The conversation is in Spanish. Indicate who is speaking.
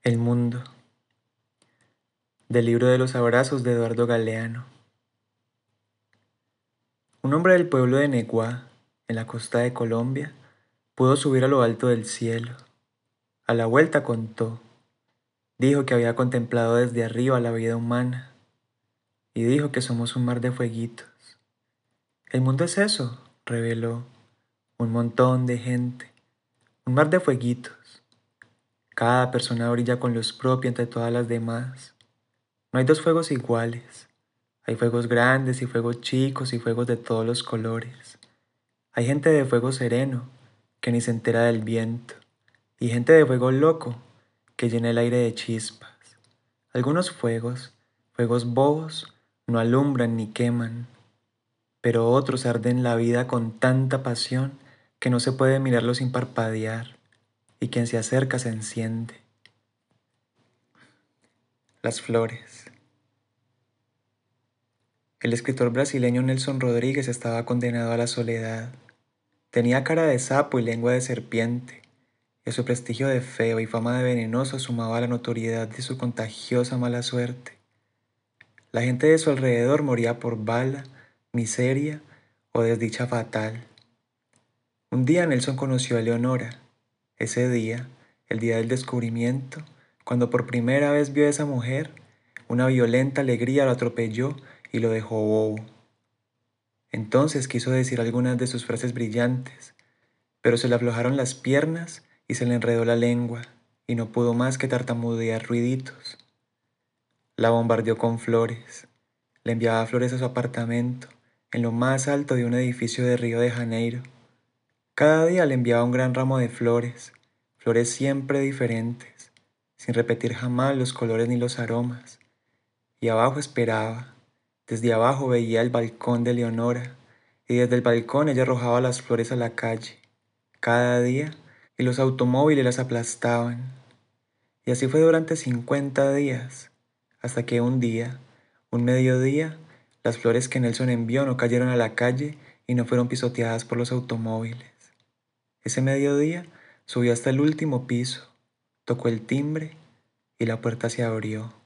Speaker 1: El mundo, del libro de los abrazos de Eduardo Galeano. Un hombre del pueblo de Neguá, en la costa de Colombia, pudo subir a lo alto del cielo. A la vuelta contó, dijo que había contemplado desde arriba la vida humana y dijo que somos un mar de fueguitos. El mundo es eso, reveló, un montón de gente, un mar de fueguitos. Cada persona brilla con luz propia entre todas las demás. No hay dos fuegos iguales. Hay fuegos grandes y fuegos chicos y fuegos de todos los colores. Hay gente de fuego sereno que ni se entera del viento y gente de fuego loco que llena el aire de chispas. Algunos fuegos, fuegos bobos, no alumbran ni queman, pero otros arden la vida con tanta pasión que no se puede mirarlos sin parpadear y quien se acerca se enciende. Las flores. El escritor brasileño Nelson Rodríguez estaba condenado a la soledad. Tenía cara de sapo y lengua de serpiente, y a su prestigio de feo y fama de venenoso sumaba la notoriedad de su contagiosa mala suerte. La gente de su alrededor moría por bala, miseria o desdicha fatal. Un día Nelson conoció a Eleonora. Ese día, el día del descubrimiento, cuando por primera vez vio a esa mujer, una violenta alegría lo atropelló y lo dejó bobo. Entonces quiso decir algunas de sus frases brillantes, pero se le aflojaron las piernas y se le enredó la lengua, y no pudo más que tartamudear ruiditos. La bombardeó con flores, le enviaba flores a su apartamento, en lo más alto de un edificio de Río de Janeiro. Cada día le enviaba un gran ramo de flores, flores siempre diferentes, sin repetir jamás los colores ni los aromas. Y abajo esperaba, desde abajo veía el balcón de Leonora, y desde el balcón ella arrojaba las flores a la calle, cada día, y los automóviles las aplastaban. Y así fue durante 50 días, hasta que un día, un mediodía, las flores que Nelson envió no cayeron a la calle y no fueron pisoteadas por los automóviles. Ese mediodía subió hasta el último piso, tocó el timbre y la puerta se abrió.